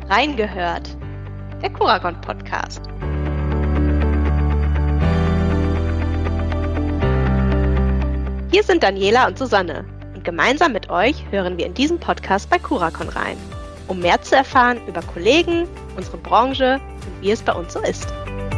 Reingehört, der Curagon-Podcast. Hier sind Daniela und Susanne und gemeinsam mit euch hören wir in diesem Podcast bei Curagon rein, um mehr zu erfahren über Kollegen, unsere Branche und wie es bei uns so ist.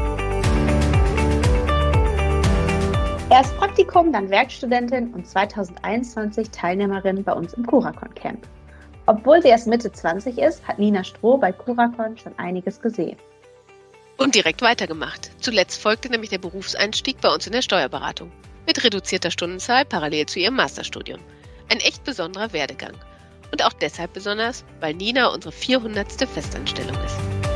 Erst Praktikum, dann Werkstudentin und 2021 Teilnehmerin bei uns im Curagon Camp. Obwohl sie erst Mitte 20 ist, hat Nina Stroh bei Curagon schon einiges gesehen. Und direkt weitergemacht. Zuletzt folgte nämlich der Berufseinstieg bei uns in der Steuerberatung. Mit reduzierter Stundenzahl parallel zu ihrem Masterstudium. Ein echt besonderer Werdegang. Und auch deshalb besonders, weil Nina unsere 400. Festanstellung ist.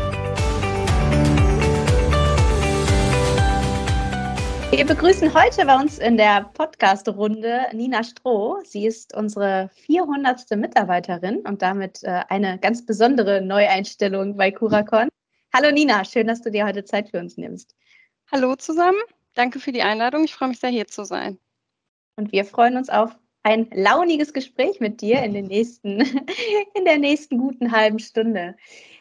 Wir begrüßen heute bei uns in der Podcast-Runde Nina Stroh. Sie ist unsere 400. Mitarbeiterin und damit eine ganz besondere Neueinstellung bei Curagon. Hallo Nina, schön, dass du dir heute Zeit für uns nimmst. Hallo zusammen, danke für die Einladung. Ich freue mich sehr, hier zu sein. Und wir freuen uns auf ein launiges Gespräch mit dir in der nächsten guten halben Stunde.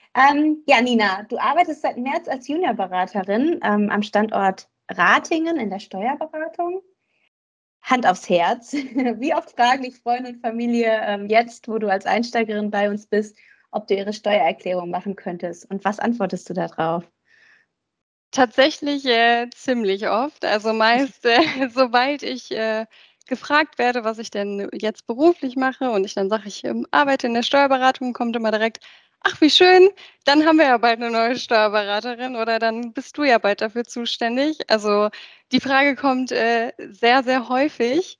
Nina, du arbeitest seit März als Juniorberaterin am Standort Ratingen in der Steuerberatung. Hand aufs Herz. Wie oft fragen dich Freunde und Familie jetzt, wo du als Einsteigerin bei uns bist, ob du ihre Steuererklärung machen könntest? Und was antwortest du darauf? Tatsächlich ziemlich oft. Also meist, sobald ich gefragt werde, was ich denn jetzt beruflich mache und ich dann sage, ich arbeite in der Steuerberatung, kommt immer direkt, ach wie schön, dann haben wir ja bald eine neue Steuerberaterin oder dann bist du ja bald dafür zuständig. Also die Frage kommt sehr, sehr häufig.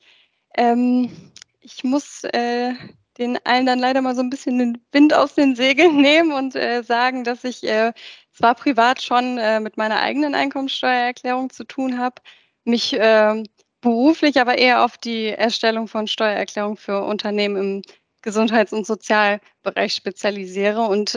Ich muss den allen dann leider mal so ein bisschen den Wind aus den Segeln nehmen und sagen, dass ich zwar privat schon mit meiner eigenen Einkommensteuererklärung zu tun habe, mich beruflich aber eher auf die Erstellung von Steuererklärungen für Unternehmen im Gesundheits- und Sozialbereich spezialisiere und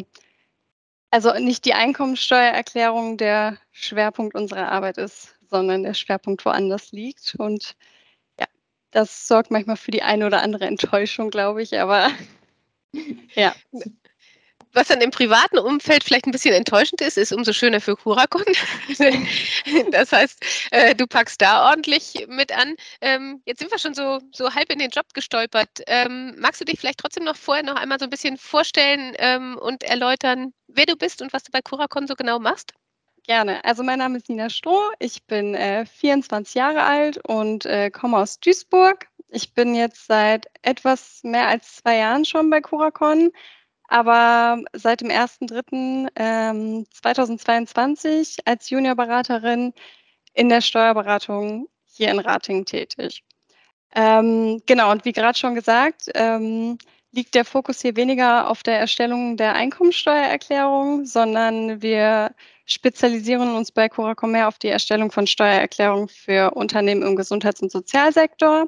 also nicht die Einkommensteuererklärung der Schwerpunkt unserer Arbeit ist, sondern der Schwerpunkt woanders liegt. Und ja, das sorgt manchmal für die eine oder andere Enttäuschung, glaube ich, aber ja. Was dann im privaten Umfeld vielleicht ein bisschen enttäuschend ist umso schöner für Curagon. Das heißt, du packst da ordentlich mit an. Jetzt sind wir schon so halb in den Job gestolpert. Magst du dich vielleicht trotzdem vorher noch einmal so ein bisschen vorstellen und erläutern, wer du bist und was du bei Curagon so genau machst? Gerne. Also mein Name ist Nina Stroh. Ich bin 24 Jahre alt und komme aus Duisburg. Ich bin jetzt seit etwas mehr als 2 Jahren schon bei Curagon. Aber seit dem 1.3.2022 als Juniorberaterin in der Steuerberatung hier in Ratingen tätig. Genau, und wie gerade schon gesagt, liegt der Fokus hier weniger auf der Erstellung der Einkommensteuererklärung, sondern wir spezialisieren uns bei Curagon mehr auf die Erstellung von Steuererklärungen für Unternehmen im Gesundheits- und Sozialsektor.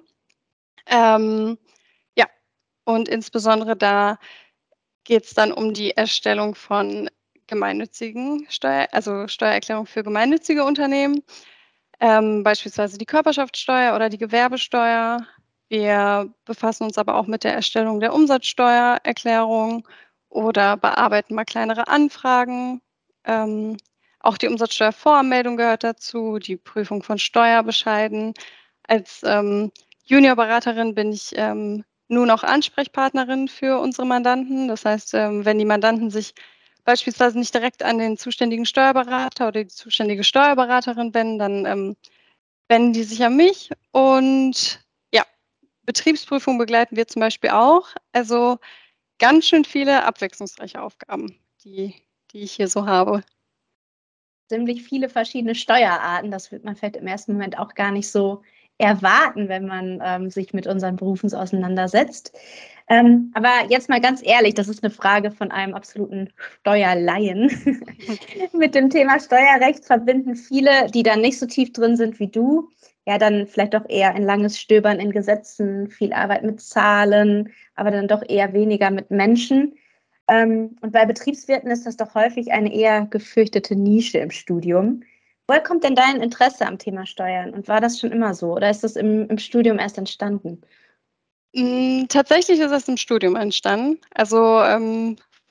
Und insbesondere da geht es dann um die Erstellung von gemeinnützigen Steuererklärung für gemeinnützige Unternehmen, beispielsweise die Körperschaftssteuer oder die Gewerbesteuer. Wir befassen uns aber auch mit der Erstellung der Umsatzsteuererklärung oder bearbeiten mal kleinere Anfragen. Auch die Umsatzsteuervoranmeldung gehört dazu, die Prüfung von Steuerbescheiden. Als Juniorberaterin bin ich nun auch Ansprechpartnerin für unsere Mandanten. Das heißt, wenn die Mandanten sich beispielsweise nicht direkt an den zuständigen Steuerberater oder die zuständige Steuerberaterin wenden, dann wenden die sich an mich. Und ja, Betriebsprüfung begleiten wir zum Beispiel auch. Also ganz schön viele abwechslungsreiche Aufgaben, die ich hier so habe. Ziemlich viele verschiedene Steuerarten. Das wird man vielleicht im ersten Moment auch gar nicht so erwarten, wenn man sich mit unseren Berufen so auseinandersetzt. Aber jetzt mal ganz ehrlich, das ist eine Frage von einem absoluten Steuerlaien. Mit dem Thema Steuerrecht verbinden viele, die dann nicht so tief drin sind wie du, ja dann vielleicht doch eher ein langes Stöbern in Gesetzen, viel Arbeit mit Zahlen, aber dann doch eher weniger mit Menschen. Und bei Betriebswirten ist das doch häufig eine eher gefürchtete Nische im Studium. Woher kommt denn dein Interesse am Thema Steuern? Und war das schon immer so? Oder ist das im Studium erst entstanden? Tatsächlich ist das im Studium entstanden. Also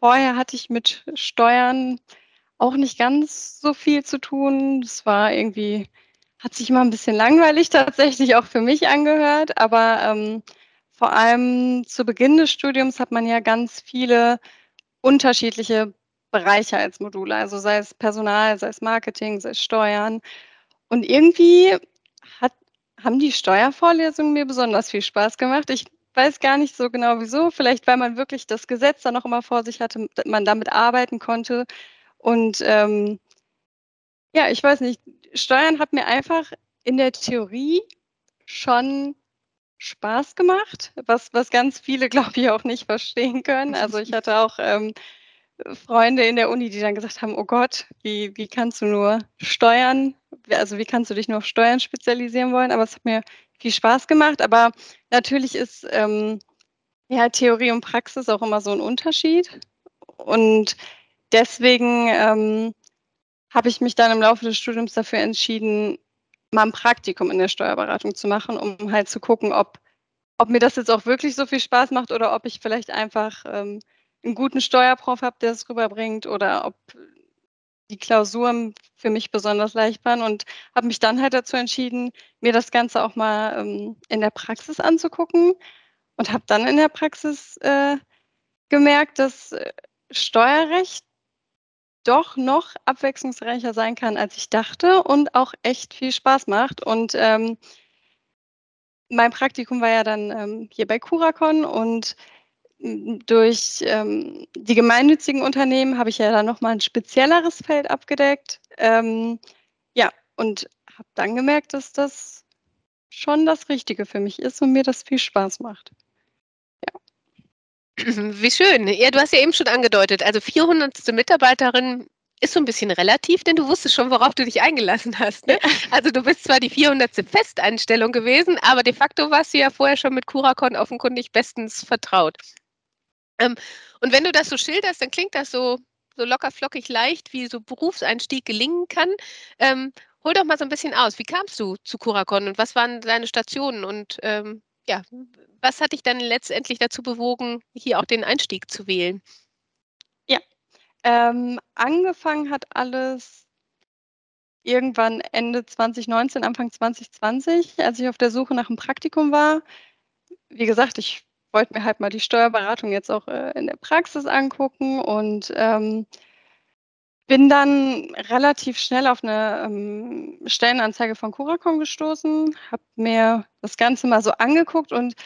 vorher hatte ich mit Steuern auch nicht ganz so viel zu tun. Das war irgendwie, hat sich immer ein bisschen langweilig tatsächlich auch für mich angehört, aber vor allem zu Beginn des Studiums hat man ja ganz viele unterschiedliche Bereiche als Module, also sei es Personal, sei es Marketing, sei es Steuern. Und irgendwie hat, haben die Steuervorlesungen mir besonders viel Spaß gemacht. Ich weiß gar nicht so genau wieso. Vielleicht, weil man wirklich das Gesetz dann noch immer vor sich hatte, man damit arbeiten konnte. Und ja, ich weiß nicht, Steuern hat mir einfach in der Theorie schon Spaß gemacht, was ganz viele, glaube ich, auch nicht verstehen können. Also ich hatte auch Freunde in der Uni, die dann gesagt haben, oh Gott, wie kannst du nur Steuern, also wie kannst du dich nur auf Steuern spezialisieren wollen? Aber es hat mir viel Spaß gemacht. Aber natürlich ist ja, Theorie und Praxis auch immer so ein Unterschied. Und deswegen habe ich mich dann im Laufe des Studiums dafür entschieden, mal ein Praktikum in der Steuerberatung zu machen, um halt zu gucken, ob mir das jetzt auch wirklich so viel Spaß macht oder ob ich vielleicht einfach einen guten Steuerprof habe, der es rüberbringt oder ob die Klausuren für mich besonders leicht waren und habe mich dann halt dazu entschieden, mir das Ganze auch mal in der Praxis anzugucken und habe dann in der Praxis gemerkt, dass Steuerrecht doch noch abwechslungsreicher sein kann, als ich dachte und auch echt viel Spaß macht. Und mein Praktikum war ja dann hier bei Curacon und durch die gemeinnützigen Unternehmen habe ich ja dann nochmal ein spezielleres Feld abgedeckt. Ja, und habe dann gemerkt, dass das schon das Richtige für mich ist und mir das viel Spaß macht. Wie schön. Ja, du hast ja eben schon angedeutet, also 400. Mitarbeiterin ist so ein bisschen relativ, denn du wusstest schon, worauf du dich eingelassen hast. Ne? Also du bist zwar die 400. Festeinstellung gewesen, aber de facto warst du ja vorher schon mit Curacon offenkundig bestens vertraut. Und wenn du das so schilderst, dann klingt das so locker flockig leicht, wie so Berufseinstieg gelingen kann. Hol doch mal so ein bisschen aus. Wie kamst du zu Curacon und was waren deine Stationen und ja, was hat dich dann letztendlich dazu bewogen, hier auch den Einstieg zu wählen? Ja, angefangen hat alles irgendwann Ende 2019, Anfang 2020, als ich auf der Suche nach einem Praktikum war. Wie gesagt, ich wollte mir halt mal die Steuerberatung jetzt auch in der Praxis angucken und bin dann relativ schnell auf eine Stellenanzeige von Curacon gestoßen, habe mir das Ganze mal so angeguckt und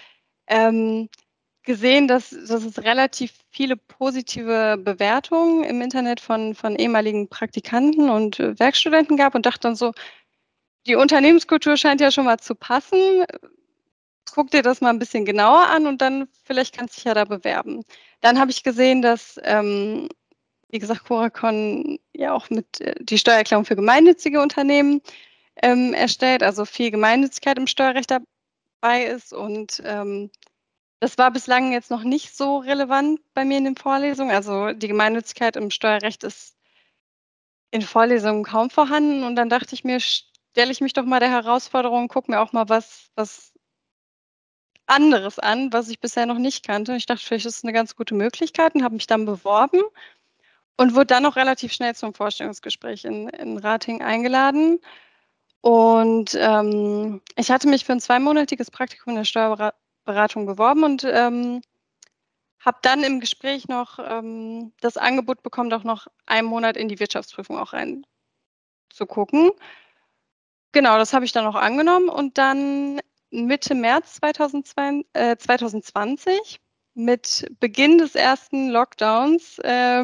gesehen, dass es relativ viele positive Bewertungen im Internet von ehemaligen Praktikanten und Werkstudenten gab und dachte dann so, die Unternehmenskultur scheint ja schon mal zu passen. Guck dir das mal ein bisschen genauer an und dann vielleicht kannst du dich ja da bewerben. Dann habe ich gesehen, dass, wie gesagt, Curacon ja auch mit die Steuererklärung für gemeinnützige Unternehmen erstellt, also viel Gemeinnützigkeit im Steuerrecht dabei ist und das war bislang jetzt noch nicht so relevant bei mir in den Vorlesungen. Also die Gemeinnützigkeit im Steuerrecht ist in Vorlesungen kaum vorhanden. Und dann dachte ich mir, stelle ich mich doch mal der Herausforderung, gucke mir auch mal was anderes an, was ich bisher noch nicht kannte. Ich dachte, vielleicht ist es eine ganz gute Möglichkeit und habe mich dann beworben und wurde dann auch relativ schnell zum Vorstellungsgespräch in Ratingen eingeladen. Und ich hatte mich für ein 2-monatiges Praktikum in der Steuerberatung beworben und habe dann im Gespräch noch das Angebot bekommen, doch noch einen Monat in die Wirtschaftsprüfung auch reinzugucken. Genau, das habe ich dann auch angenommen und dann Mitte März 2020 mit Beginn des ersten Lockdowns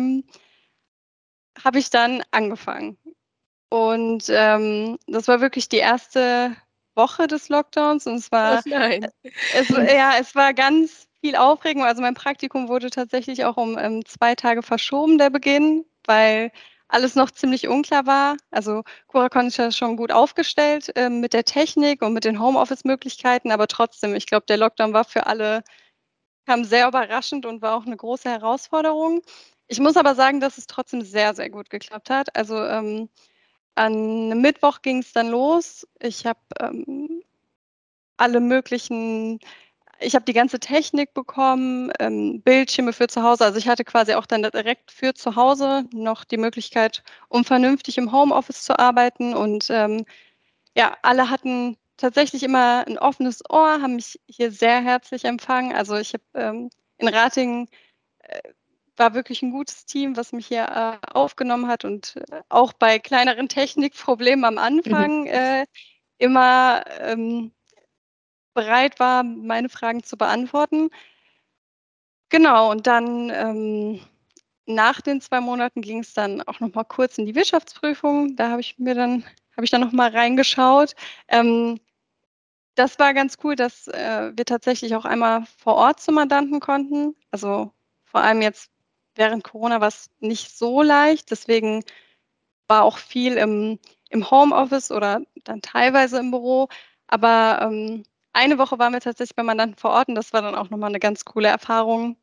habe ich dann angefangen. Und das war wirklich die erste Woche des Lockdowns und es war, nein. es war ganz viel Aufregung. Also mein Praktikum wurde tatsächlich auch um 2 Tage verschoben, der Beginn, weil alles noch ziemlich unklar war. Also Curacon ist ja schon gut aufgestellt mit der Technik und mit den Homeoffice-Möglichkeiten, aber trotzdem, ich glaube, der Lockdown war für alle, kam sehr überraschend und war auch eine große Herausforderung. Ich muss aber sagen, dass es trotzdem sehr, sehr gut geklappt hat. Also an einem Mittwoch ging es dann los. Ich habe alle möglichen ich habe die ganze Technik bekommen, Bildschirme für zu Hause. Also ich hatte quasi auch dann direkt für zu Hause noch die Möglichkeit, um vernünftig im Homeoffice zu arbeiten. Und ja, alle hatten tatsächlich immer ein offenes Ohr, haben mich hier sehr herzlich empfangen. Also ich habe in Ratingen war wirklich ein gutes Team, was mich hier aufgenommen hat und auch bei kleineren Technikproblemen am Anfang immer bereit war, meine Fragen zu beantworten. Genau, und dann nach den 2 Monaten ging es dann auch noch mal kurz in die Wirtschaftsprüfung. Da habe ich dann noch mal reingeschaut. Das war ganz cool, dass wir tatsächlich auch einmal vor Ort zum Mandanten konnten. Also vor allem jetzt während Corona war es nicht so leicht. Deswegen war auch viel im Homeoffice oder dann teilweise im Büro. Aber eine Woche waren wir tatsächlich beim Mandanten vor Ort und das war dann auch nochmal eine ganz coole Erfahrung,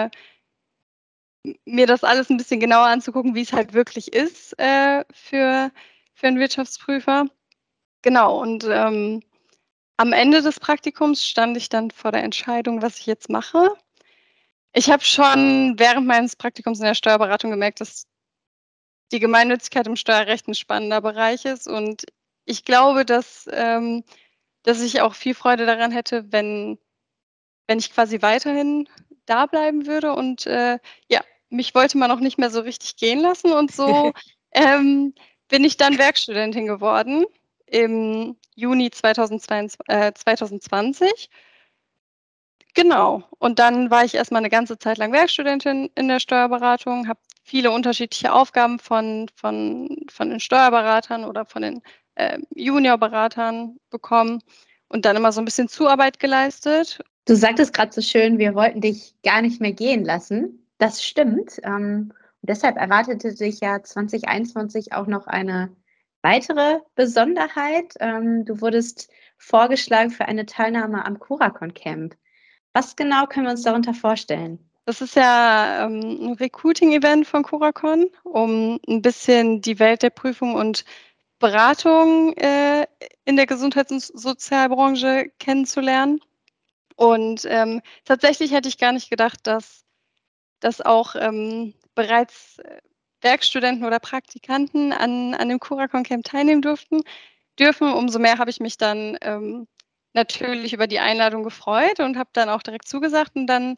mir das alles ein bisschen genauer anzugucken, wie es halt wirklich ist für einen Wirtschaftsprüfer. Genau, und am Ende des Praktikums stand ich dann vor der Entscheidung, was ich jetzt mache. Ich habe schon während meines Praktikums in der Steuerberatung gemerkt, dass die Gemeinnützigkeit im Steuerrecht ein spannender Bereich ist. Und ich glaube, dass ich auch viel Freude daran hätte, wenn ich quasi weiterhin da bleiben würde. Und ja, mich wollte man auch nicht mehr so richtig gehen lassen. Und so bin ich dann Werkstudentin geworden im Juni 2020. Genau. Und dann war ich erstmal eine ganze Zeit lang Werkstudentin in der Steuerberatung, habe viele unterschiedliche Aufgaben von den Steuerberatern oder von den Juniorberatern bekommen und dann immer so ein bisschen Zuarbeit geleistet. Du sagtest gerade so schön, wir wollten dich gar nicht mehr gehen lassen. Das stimmt. Und deshalb erwartete dich ja 2021 auch noch eine weitere Besonderheit. Du wurdest vorgeschlagen für eine Teilnahme am Curacon Camp. Was genau können wir uns darunter vorstellen? Das ist ja ein Recruiting-Event von Curacon, um ein bisschen die Welt der Prüfung und Beratung in der Gesundheits- und Sozialbranche kennenzulernen. Und tatsächlich hätte ich gar nicht gedacht, dass auch bereits Werkstudenten oder Praktikanten an dem Curacon Camp teilnehmen dürfen. Umso mehr habe ich mich dann natürlich über die Einladung gefreut und habe dann auch direkt zugesagt. Und dann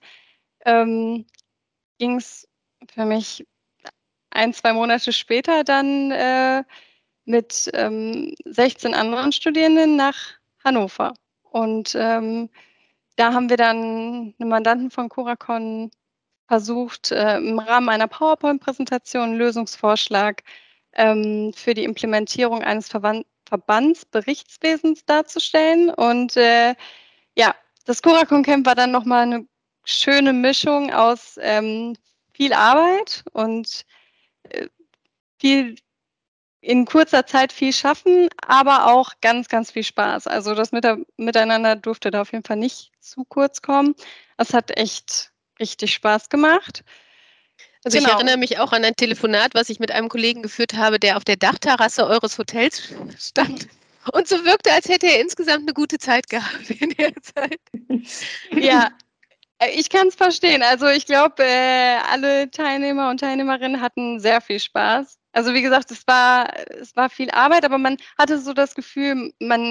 ging es für mich 1, 2 Monate später dann mit 16 anderen Studierenden nach Hannover. Und da haben wir dann einen Mandanten von Curacon versucht, im Rahmen einer PowerPoint-Präsentation einen Lösungsvorschlag für die Implementierung eines Verbandsberichtswesens darzustellen. Und ja, das Curacon Camp war dann nochmal eine schöne Mischung aus viel Arbeit und viel in kurzer Zeit viel schaffen, aber auch ganz, ganz viel Spaß. Also das Miteinander durfte da auf jeden Fall nicht zu kurz kommen. Es hat echt richtig Spaß gemacht. Also ich Genau. erinnere mich auch an ein Telefonat, was ich mit einem Kollegen geführt habe, der auf der Dachterrasse eures Hotels stand und so wirkte, als hätte er insgesamt eine gute Zeit gehabt in der Zeit. Ja, ich kann es verstehen. Also ich glaube, alle Teilnehmer und Teilnehmerinnen hatten sehr viel Spaß. Also wie gesagt, es war viel Arbeit, aber man hatte so das Gefühl,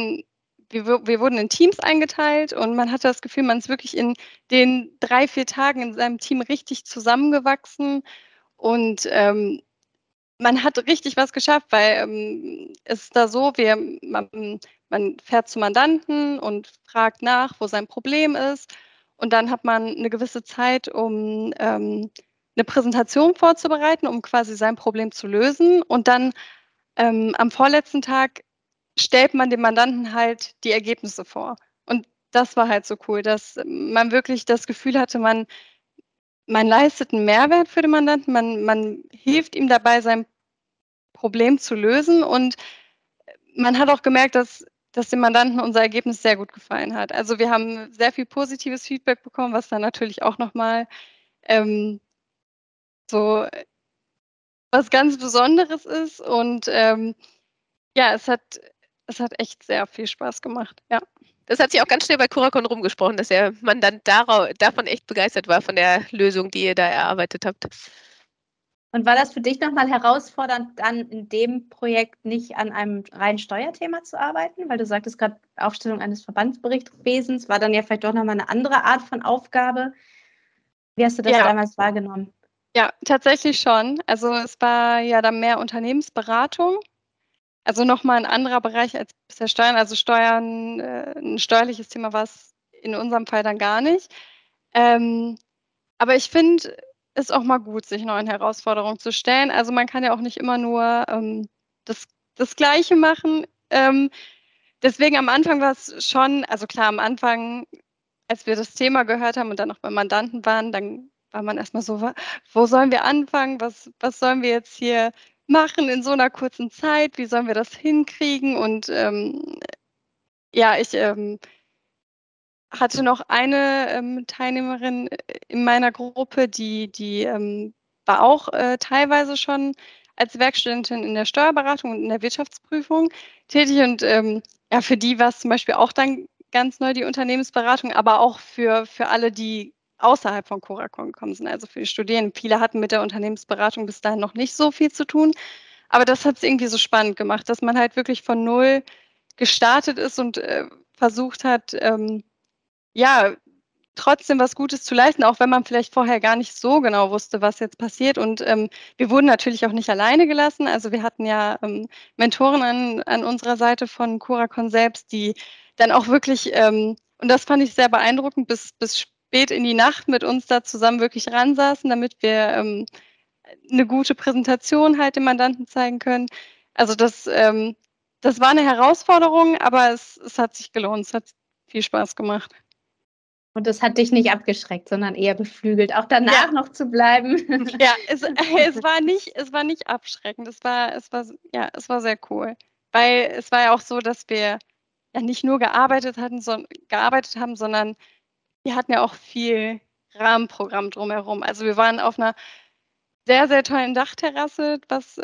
wir wurden in Teams eingeteilt und man hatte das Gefühl, man ist wirklich in den 3, 4 Tagen in seinem Team richtig zusammengewachsen und man hat richtig was geschafft, weil es ist da so, man fährt zum Mandanten und fragt nach, wo sein Problem ist. Und dann hat man eine gewisse Zeit, um eine Präsentation vorzubereiten, um quasi sein Problem zu lösen. Und dann am vorletzten Tag stellt man dem Mandanten halt die Ergebnisse vor. Und das war halt so cool, dass man wirklich das Gefühl hatte, man leistet einen Mehrwert für den Mandanten, man hilft ihm dabei, sein Problem zu lösen. Und man hat auch gemerkt, dass dem Mandanten unser Ergebnis sehr gut gefallen hat. Also wir haben sehr viel positives Feedback bekommen, was dann natürlich auch nochmal so was ganz Besonderes ist. Und ja, es hat echt sehr viel Spaß gemacht. Ja. Das hat sich auch ganz schnell bei Curacon rumgesprochen, dass der Mandant davon echt begeistert war, von der Lösung, die ihr da erarbeitet habt. Und war das für dich nochmal herausfordernd, dann in dem Projekt nicht an einem reinen Steuerthema zu arbeiten? Weil du sagtest gerade, Aufstellung eines Verbandsberichtswesens war dann ja vielleicht doch nochmal eine andere Art von Aufgabe. Wie hast du das damals wahrgenommen? Ja, tatsächlich schon. Also es war ja dann mehr Unternehmensberatung. Also nochmal ein anderer Bereich als bisher Steuern. Also Steuern, ein steuerliches Thema war es in unserem Fall dann gar nicht. Aber ich finde es auch mal gut, sich neuen Herausforderungen zu stellen. Also man kann ja auch nicht immer nur das Gleiche machen. Deswegen am Anfang war es schon, also klar, am Anfang, als wir das Thema gehört haben und dann noch beim Mandanten waren, dann war man erstmal so, wo sollen wir anfangen? Was sollen wir jetzt hier machen in so einer kurzen Zeit? Wie sollen wir das hinkriegen? Und ja, ich hatte noch eine Teilnehmerin in meiner Gruppe, die war auch teilweise schon als Werkstudentin in der Steuerberatung und in der Wirtschaftsprüfung tätig. Und ja, für die war es zum Beispiel auch dann ganz neu, die Unternehmensberatung, aber auch für alle, die außerhalb von Curacon gekommen sind, also für die Studierenden. Viele hatten mit der Unternehmensberatung bis dahin noch nicht so viel zu tun. Aber das hat es irgendwie so spannend gemacht, dass man halt wirklich von null gestartet ist und versucht hat, ja, trotzdem was Gutes zu leisten, auch wenn man vielleicht vorher gar nicht so genau wusste, was jetzt passiert. Und wir wurden natürlich auch nicht alleine gelassen. Also wir hatten ja Mentoren an unserer Seite von Curacon selbst, die dann auch wirklich, und das fand ich sehr beeindruckend, bis spät in die Nacht mit uns da zusammen wirklich ransaßen, damit wir eine gute Präsentation halt dem Mandanten zeigen können. Also das war eine Herausforderung, aber es hat sich gelohnt. Es hat viel Spaß gemacht. Und das hat dich nicht abgeschreckt, sondern eher beflügelt, auch danach noch zu bleiben. Ja, es war nicht abschreckend. Es war sehr cool. Weil es war ja auch so, dass wir ja nicht nur gearbeitet haben, sondern wir hatten ja auch viel Rahmenprogramm drumherum. Also wir waren auf einer sehr, sehr tollen Dachterrasse,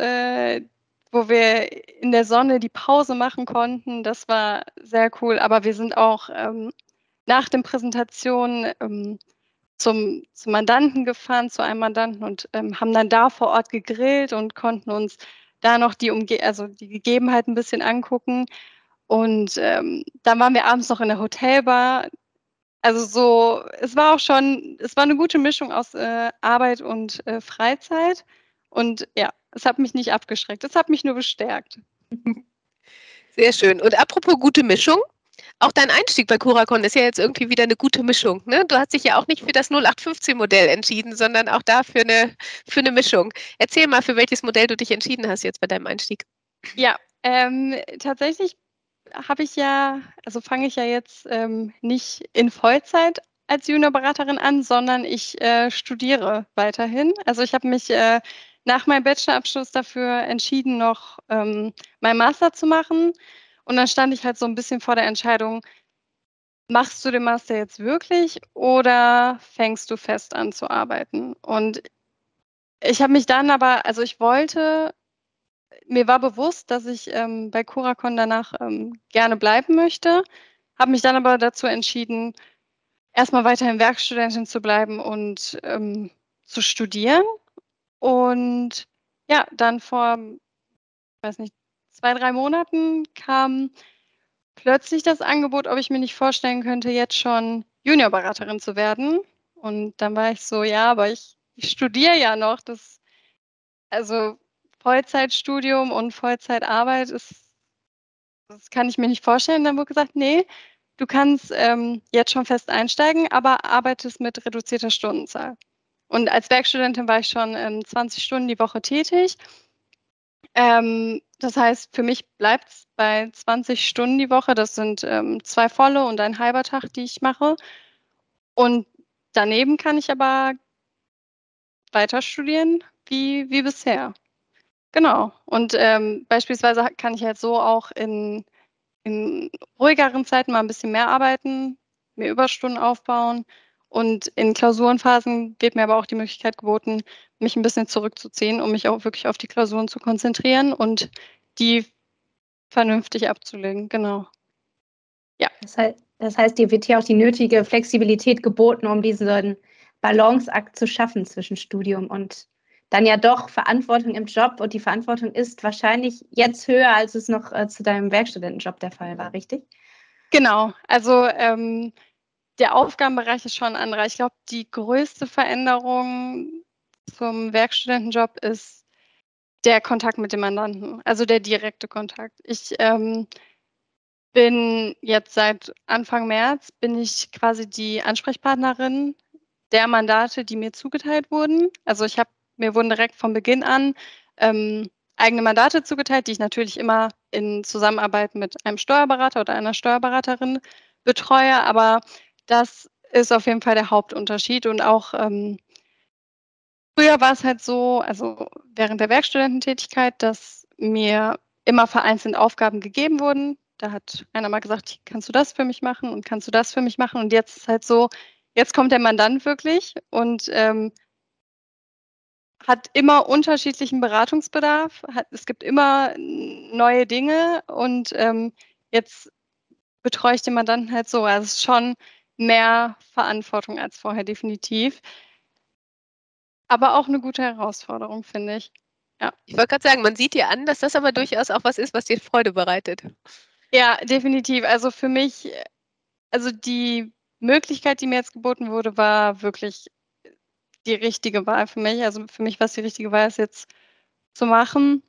wo wir in der Sonne die Pause machen konnten. Das war sehr cool. Aber wir sind auch nach den Präsentationen zum Mandanten gefahren, zu einem Mandanten und haben dann da vor Ort gegrillt und konnten uns da noch die Gegebenheiten ein bisschen angucken. Und dann waren wir abends noch in der Hotelbar. Also es war eine gute Mischung aus Arbeit und Freizeit. Und ja, es hat mich nicht abgeschreckt, es hat mich nur bestärkt. Sehr schön. Und apropos gute Mischung, auch dein Einstieg bei Curacon ist ja jetzt irgendwie wieder eine gute Mischung. Ne? Du hast dich ja auch nicht für das 0815-Modell entschieden, sondern auch da für eine Mischung. Erzähl mal, für welches Modell du dich entschieden hast jetzt bei deinem Einstieg. Ja, tatsächlich fange ich ja jetzt nicht in Vollzeit als Juniorberaterin an, sondern ich studiere weiterhin. Also ich habe mich nach meinem Bachelorabschluss dafür entschieden, noch meinen Master zu machen. Und dann stand ich halt so ein bisschen vor der Entscheidung, machst du den Master jetzt wirklich oder fängst du fest an zu arbeiten? Und ich habe mich dann aber, also mir war bewusst, dass ich bei Curacon danach gerne bleiben möchte, habe mich dann aber dazu entschieden, erstmal weiterhin Werkstudentin zu bleiben und zu studieren. Und ja, dann vor, weiß nicht, 2, 3 Monaten kam plötzlich das Angebot, ob ich mir nicht vorstellen könnte, jetzt schon Juniorberaterin zu werden. Und dann war ich so, ja, aber ich studiere ja noch. Also Vollzeitstudium und Vollzeitarbeit das kann ich mir nicht vorstellen. Dann wurde gesagt, nee, du kannst jetzt schon fest einsteigen, aber arbeitest mit reduzierter Stundenzahl. Und als Werkstudentin war ich schon 20 Stunden die Woche tätig. Das heißt, für mich bleibt es bei 20 Stunden die Woche. Das sind 2 volle und ein halber Tag, die ich mache. Und daneben kann ich aber weiter studieren wie bisher. Genau. Und beispielsweise kann ich halt so auch in ruhigeren Zeiten mal ein bisschen mehr arbeiten, mir Überstunden aufbauen. Und in Klausurenphasen wird mir aber auch die Möglichkeit geboten, mich ein bisschen zurückzuziehen, um mich auch wirklich auf die Klausuren zu konzentrieren und die vernünftig abzulegen. Genau. Das heißt, dir wird hier auch die nötige Flexibilität geboten, um diesen Balanceakt zu schaffen zwischen Studium und dann ja doch Verantwortung im Job. Und die Verantwortung ist wahrscheinlich jetzt höher, als es noch zu deinem Werkstudentenjob der Fall war, richtig? Genau, also der Aufgabenbereich ist schon ein anderer. Ich glaube, die größte Veränderung zum Werkstudentenjob ist der Kontakt mit dem Mandanten, also der direkte Kontakt. Ich bin jetzt seit Anfang März, bin ich quasi die Ansprechpartnerin der Mandate, die mir zugeteilt wurden. Also mir wurden direkt von Beginn an eigene Mandate zugeteilt, die ich natürlich immer in Zusammenarbeit mit einem Steuerberater oder einer Steuerberaterin betreue, aber das ist auf jeden Fall der Hauptunterschied und auch früher war es halt so, also während der Werkstudententätigkeit, dass mir immer vereinzelt Aufgaben gegeben wurden. Da hat einer mal gesagt, kannst du das für mich machen und kannst du das für mich machen? Und jetzt ist halt so, jetzt kommt der Mandant wirklich und hat immer unterschiedlichen Beratungsbedarf. Es gibt immer neue Dinge und jetzt betreue ich den Mandanten halt so. Also es ist schon mehr Verantwortung als vorher, definitiv. Aber auch eine gute Herausforderung, finde ich. Ja. Ich wollte gerade sagen, man sieht dir an, dass das aber durchaus auch was ist, was dir Freude bereitet. Ja, definitiv. Also für mich, also die Möglichkeit, die mir jetzt geboten wurde, war wirklich die richtige Wahl für mich. Also für mich war es die richtige Wahl, es jetzt zu machen.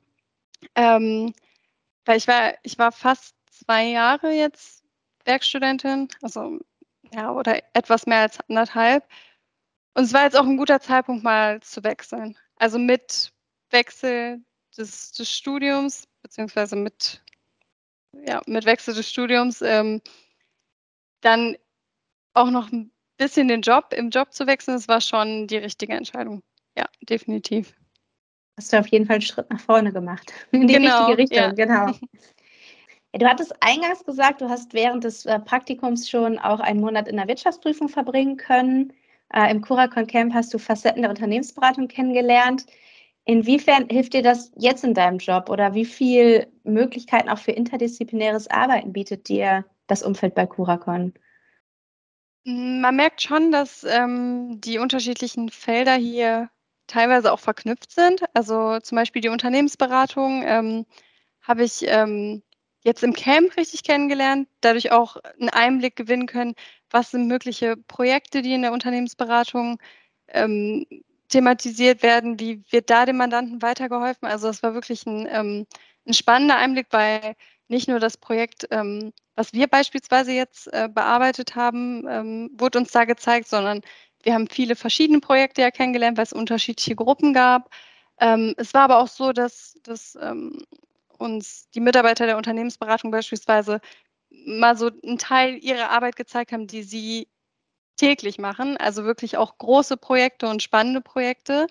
Weil ich war fast 2 Jahre jetzt Werkstudentin, also ja, oder etwas mehr als 1,5. Und es war jetzt auch ein guter Zeitpunkt, mal zu wechseln. Also mit Wechsel des Studiums, beziehungsweise mit Wechsel des Studiums, dann auch noch ein bisschen im Job zu wechseln, das war schon die richtige Entscheidung. Ja, definitiv. Hast du auf jeden Fall einen Schritt nach vorne gemacht. In die Genau, richtige Richtung, ja. genau. Ja, du hattest eingangs gesagt, du hast während des Praktikums schon auch einen Monat in der Wirtschaftsprüfung verbringen können. Im Curacon Camp hast du Facetten der Unternehmensberatung kennengelernt. Inwiefern hilft dir das jetzt in deinem Job oder wie viele Möglichkeiten auch für interdisziplinäres Arbeiten bietet dir das Umfeld bei Curacon? Man merkt schon, dass die unterschiedlichen Felder hier teilweise auch verknüpft sind. Also zum Beispiel die Unternehmensberatung habe ich jetzt im Camp richtig kennengelernt, dadurch auch einen Einblick gewinnen können, was sind mögliche Projekte, die in der Unternehmensberatung thematisiert werden, wie wird da dem Mandanten weitergeholfen. Also das war wirklich ein spannender Einblick, weil nicht nur das Projekt, was wir beispielsweise jetzt bearbeitet haben, wurde uns da gezeigt, sondern wir haben viele verschiedene Projekte ja kennengelernt, weil es unterschiedliche Gruppen gab. Es war aber auch so, dass uns die Mitarbeiter der Unternehmensberatung beispielsweise mal so einen Teil ihrer Arbeit gezeigt haben, die sie täglich machen, also wirklich auch große Projekte und spannende Projekte.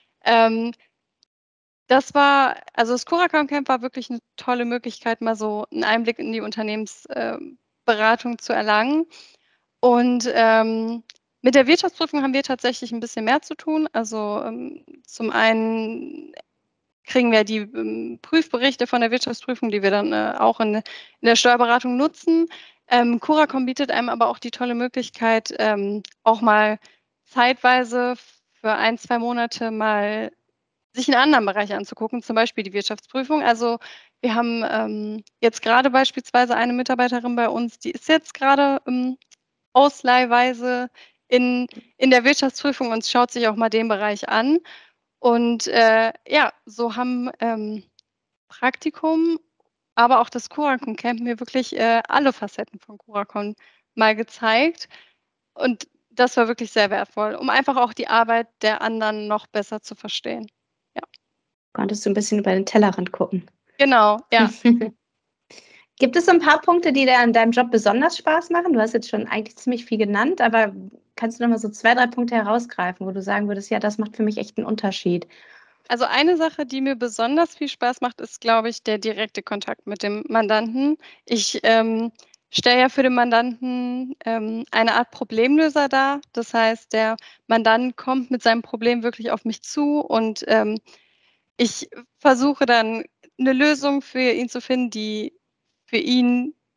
Das Curacon Camp war wirklich eine tolle Möglichkeit, mal so einen Einblick in die Unternehmensberatung zu erlangen. Und mit der Wirtschaftsprüfung haben wir tatsächlich ein bisschen mehr zu tun. Also zum einen kriegen wir die Prüfberichte von der Wirtschaftsprüfung, die wir dann auch in der Steuerberatung nutzen. Curacom bietet einem aber auch die tolle Möglichkeit, auch mal zeitweise für 1, 2 Monate mal sich einen anderen Bereich anzugucken, zum Beispiel die Wirtschaftsprüfung. Also wir haben jetzt gerade beispielsweise eine Mitarbeiterin bei uns, die ist jetzt gerade ausleihweise in der Wirtschaftsprüfung und schaut sich auch mal den Bereich an. Und so haben Praktikum, aber auch das Curacon Camp mir wirklich alle Facetten von Curacon mal gezeigt. Und das war wirklich sehr wertvoll, um einfach auch die Arbeit der anderen noch besser zu verstehen. Ja. Konntest du ein bisschen über den Tellerrand gucken? Genau, ja. Gibt es so ein paar Punkte, die dir an deinem Job besonders Spaß machen? Du hast jetzt schon eigentlich ziemlich viel genannt, aber kannst du noch mal so 2, 3 Punkte herausgreifen, wo du sagen würdest, ja, das macht für mich echt einen Unterschied? Also eine Sache, die mir besonders viel Spaß macht, ist, glaube ich, der direkte Kontakt mit dem Mandanten. Ich stelle ja für den Mandanten eine Art Problemlöser dar. Das heißt, der Mandant kommt mit seinem Problem wirklich auf mich zu und ich versuche dann eine Lösung für ihn zu finden, die für ihn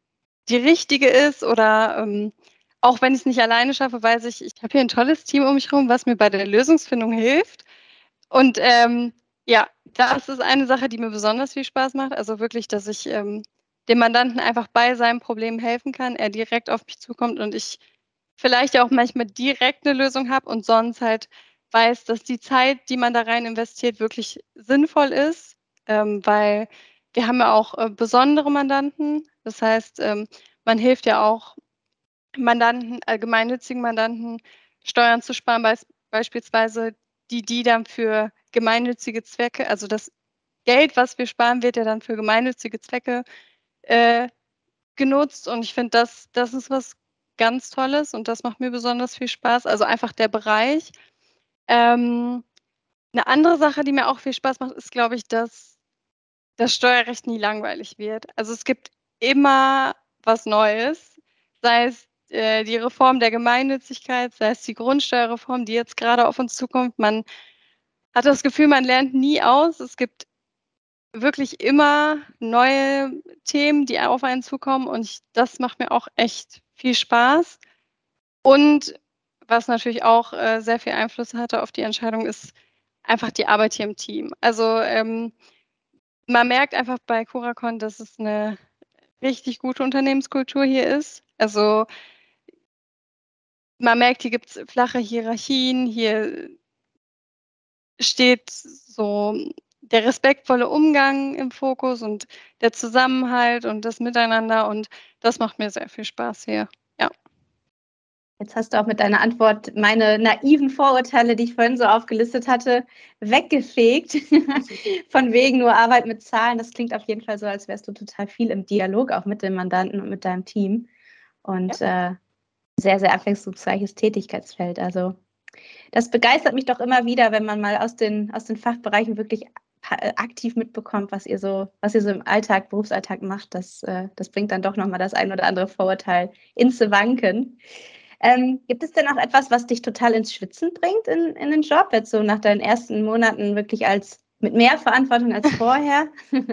die richtige ist oder auch wenn ich es nicht alleine schaffe, weiß ich, ich habe hier ein tolles Team um mich herum, was mir bei der Lösungsfindung hilft. Und ja, das ist eine Sache, die mir besonders viel Spaß macht. Also wirklich, dass ich dem Mandanten einfach bei seinem Problem helfen kann, er direkt auf mich zukommt und ich vielleicht auch manchmal direkt eine Lösung habe und sonst halt weiß, dass die Zeit, die man da rein investiert, wirklich sinnvoll ist, weil wir haben ja auch besondere Mandanten. Das heißt, man hilft ja auch Mandanten, gemeinnützigen Mandanten, Steuern zu sparen, beispielsweise, die dann für gemeinnützige Zwecke, also das Geld, was wir sparen, wird ja dann für gemeinnützige Zwecke genutzt. Und ich finde, das ist was ganz Tolles und das macht mir besonders viel Spaß. Also einfach der Bereich. Eine andere Sache, die mir auch viel Spaß macht, ist, glaube ich, dass das Steuerrecht nie langweilig wird. Also es gibt immer was Neues, sei es die Reform der Gemeinnützigkeit, sei es die Grundsteuerreform, die jetzt gerade auf uns zukommt. Man hat das Gefühl, man lernt nie aus. Es gibt wirklich immer neue Themen, die auf einen zukommen und das macht mir auch echt viel Spaß. Und was natürlich auch sehr viel Einfluss hatte auf die Entscheidung, ist einfach die Arbeit hier im Team. Also man merkt einfach bei Curacon, dass es eine richtig gute Unternehmenskultur hier ist. Also man merkt, hier gibt es flache Hierarchien, hier steht so der respektvolle Umgang im Fokus und der Zusammenhalt und das Miteinander und das macht mir sehr viel Spaß hier. Ja. Jetzt hast du auch mit deiner Antwort meine naiven Vorurteile, die ich vorhin so aufgelistet hatte, weggefegt. Von wegen nur Arbeit mit Zahlen. Das klingt auf jeden Fall so, als wärst du total viel im Dialog, auch mit dem Mandanten und mit deinem Team. Und sehr, sehr abwechslungsreiches Tätigkeitsfeld. Also das begeistert mich doch immer wieder, wenn man mal aus den Fachbereichen wirklich aktiv mitbekommt, was ihr so im Alltag, Berufsalltag macht. Das bringt dann doch nochmal das ein oder andere Vorurteil ins Wanken. Gibt es denn auch etwas, was dich total ins Schwitzen bringt in den Job, jetzt so nach deinen ersten Monaten wirklich mit mehr Verantwortung als vorher?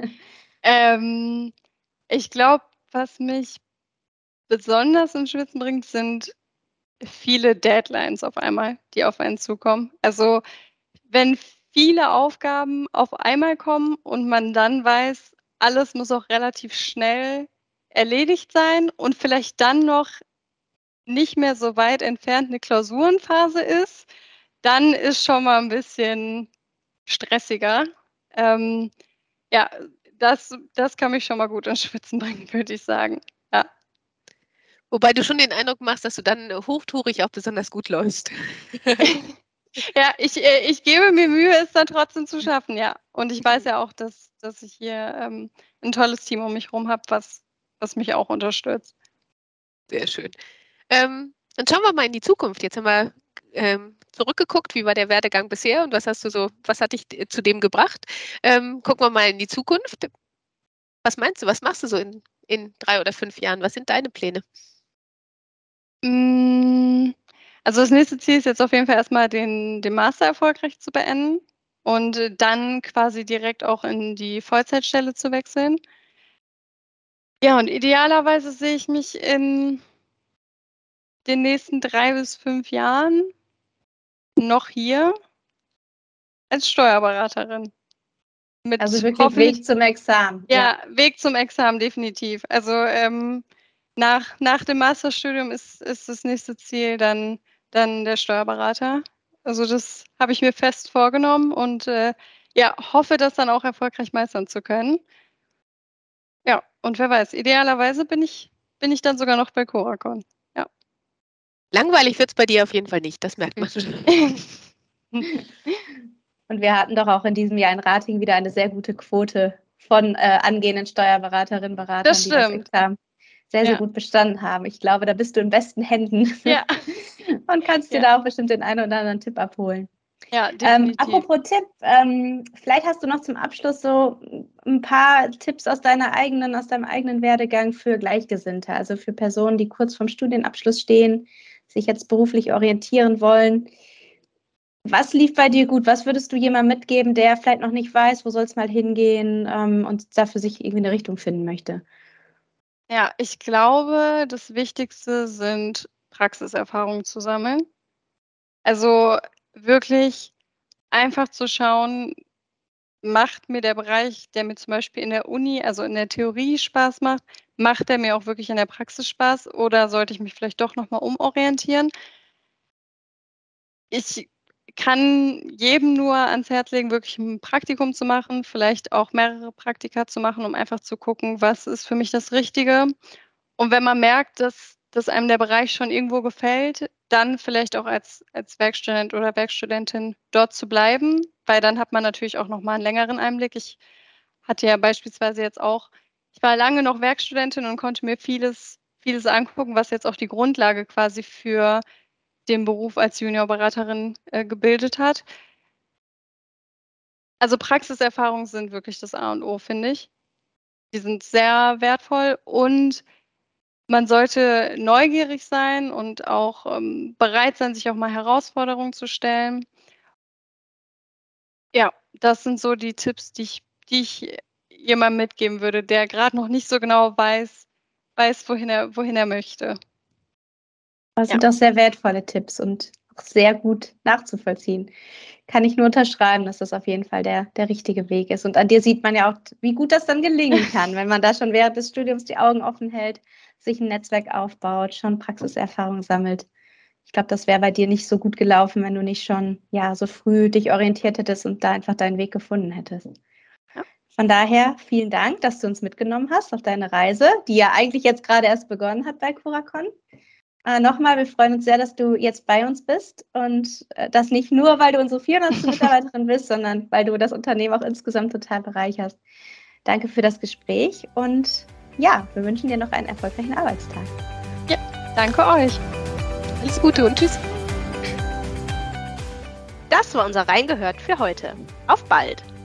Ich glaube, was mich besonders ins Schwitzen bringt, sind viele Deadlines auf einmal, die auf einen zukommen. Also wenn viele Aufgaben auf einmal kommen und man dann weiß, alles muss auch relativ schnell erledigt sein und vielleicht dann noch nicht mehr so weit entfernt eine Klausurenphase ist, dann ist schon mal ein bisschen stressiger. Ja, das kann mich schon mal gut ins Schwitzen bringen, würde ich sagen. Ja. Wobei du schon den Eindruck machst, dass du dann hochtourig auch besonders gut läufst. Ja, ich gebe mir Mühe, es dann trotzdem zu schaffen, ja. Und ich weiß ja auch, dass ich hier ein tolles Team um mich herum habe, was mich auch unterstützt. Sehr schön. Dann schauen wir mal in die Zukunft. Jetzt haben wir zurückgeguckt, wie war der Werdegang bisher und was hat dich zu dem gebracht? Gucken wir mal in die Zukunft. Was meinst du, was machst du so in 3 oder 5 Jahren? Was sind deine Pläne? Also das nächste Ziel ist jetzt auf jeden Fall erstmal den Master erfolgreich zu beenden und dann quasi direkt auch in die Vollzeitstelle zu wechseln. Ja, und idealerweise sehe ich mich in den nächsten 3 bis 5 Jahren noch hier als Steuerberaterin. Also wirklich Weg zum Examen. Ja, Weg zum Examen, definitiv. Also nach dem Masterstudium ist das nächste Ziel dann der Steuerberater. Also das habe ich mir fest vorgenommen und ja, hoffe, das dann auch erfolgreich meistern zu können. Ja, und wer weiß, idealerweise bin ich dann sogar noch bei Curacon. Ja. Langweilig wird es bei dir auf jeden Fall nicht, das merkt man schon. Und wir hatten doch auch in diesem Jahr in Ratingen wieder eine sehr gute Quote von angehenden Steuerberaterinnen, Beratern, Das die das stimmt. Examen sehr, sehr gut bestanden haben. Ich glaube, da bist du in besten Händen. Ja. Und kannst dir da auch bestimmt den einen oder anderen Tipp abholen. Ja, definitiv. Apropos Tipp, vielleicht hast du noch zum Abschluss so ein paar Tipps aus deinem eigenen Werdegang für Gleichgesinnte, also für Personen, die kurz vorm Studienabschluss stehen, sich jetzt beruflich orientieren wollen. Was lief bei dir gut? Was würdest du jemandem mitgeben, der vielleicht noch nicht weiß, wo soll es mal hingehen und da für sich irgendwie eine Richtung finden möchte? Ja, ich glaube, das Wichtigste sind Praxiserfahrungen zu sammeln. Also wirklich einfach zu schauen, macht mir der Bereich, der mir zum Beispiel in der Uni, also in der Theorie Spaß macht der mir auch wirklich in der Praxis Spaß oder sollte ich mich vielleicht doch nochmal umorientieren? Ich kann jedem nur ans Herz legen, wirklich ein Praktikum zu machen, vielleicht auch mehrere Praktika zu machen, um einfach zu gucken, was ist für mich das Richtige. Und wenn man merkt, dass einem der Bereich schon irgendwo gefällt, dann vielleicht auch als Werkstudent oder Werkstudentin dort zu bleiben, weil dann hat man natürlich auch noch mal einen längeren Einblick. Ich hatte ja beispielsweise jetzt auch ich war lange noch Werkstudentin und konnte mir vieles angucken, was jetzt auch die Grundlage quasi für den Beruf als Juniorberaterin, gebildet hat. Also, Praxiserfahrungen sind wirklich das A und O, finde ich. Die sind sehr wertvoll und man sollte neugierig sein und auch, bereit sein, sich auch mal Herausforderungen zu stellen. Ja, das sind so die Tipps, die ich jemandem mitgeben würde, der grad noch nicht so genau weiß, wohin er möchte. Das Ja. sind auch sehr wertvolle Tipps und auch sehr gut nachzuvollziehen. Kann ich nur unterschreiben, dass das auf jeden Fall der richtige Weg ist. Und an dir sieht man ja auch, wie gut das dann gelingen kann, wenn man da schon während des Studiums die Augen offen hält, sich ein Netzwerk aufbaut, schon Praxiserfahrung sammelt. Ich glaube, das wäre bei dir nicht so gut gelaufen, wenn du nicht schon ja so früh dich orientiert hättest und da einfach deinen Weg gefunden hättest. Ja. Von daher vielen Dank, dass du uns mitgenommen hast auf deine Reise, die ja eigentlich jetzt gerade erst begonnen hat bei Curacon. Nochmal, wir freuen uns sehr, dass du jetzt bei uns bist und das nicht nur, weil du unsere 400. Mitarbeiterin bist, sondern weil du das Unternehmen auch insgesamt total bereicherst. Danke für das Gespräch und ja, wir wünschen dir noch einen erfolgreichen Arbeitstag. Ja, danke euch. Alles Gute und tschüss. Das war unser Reingehört für heute. Auf bald!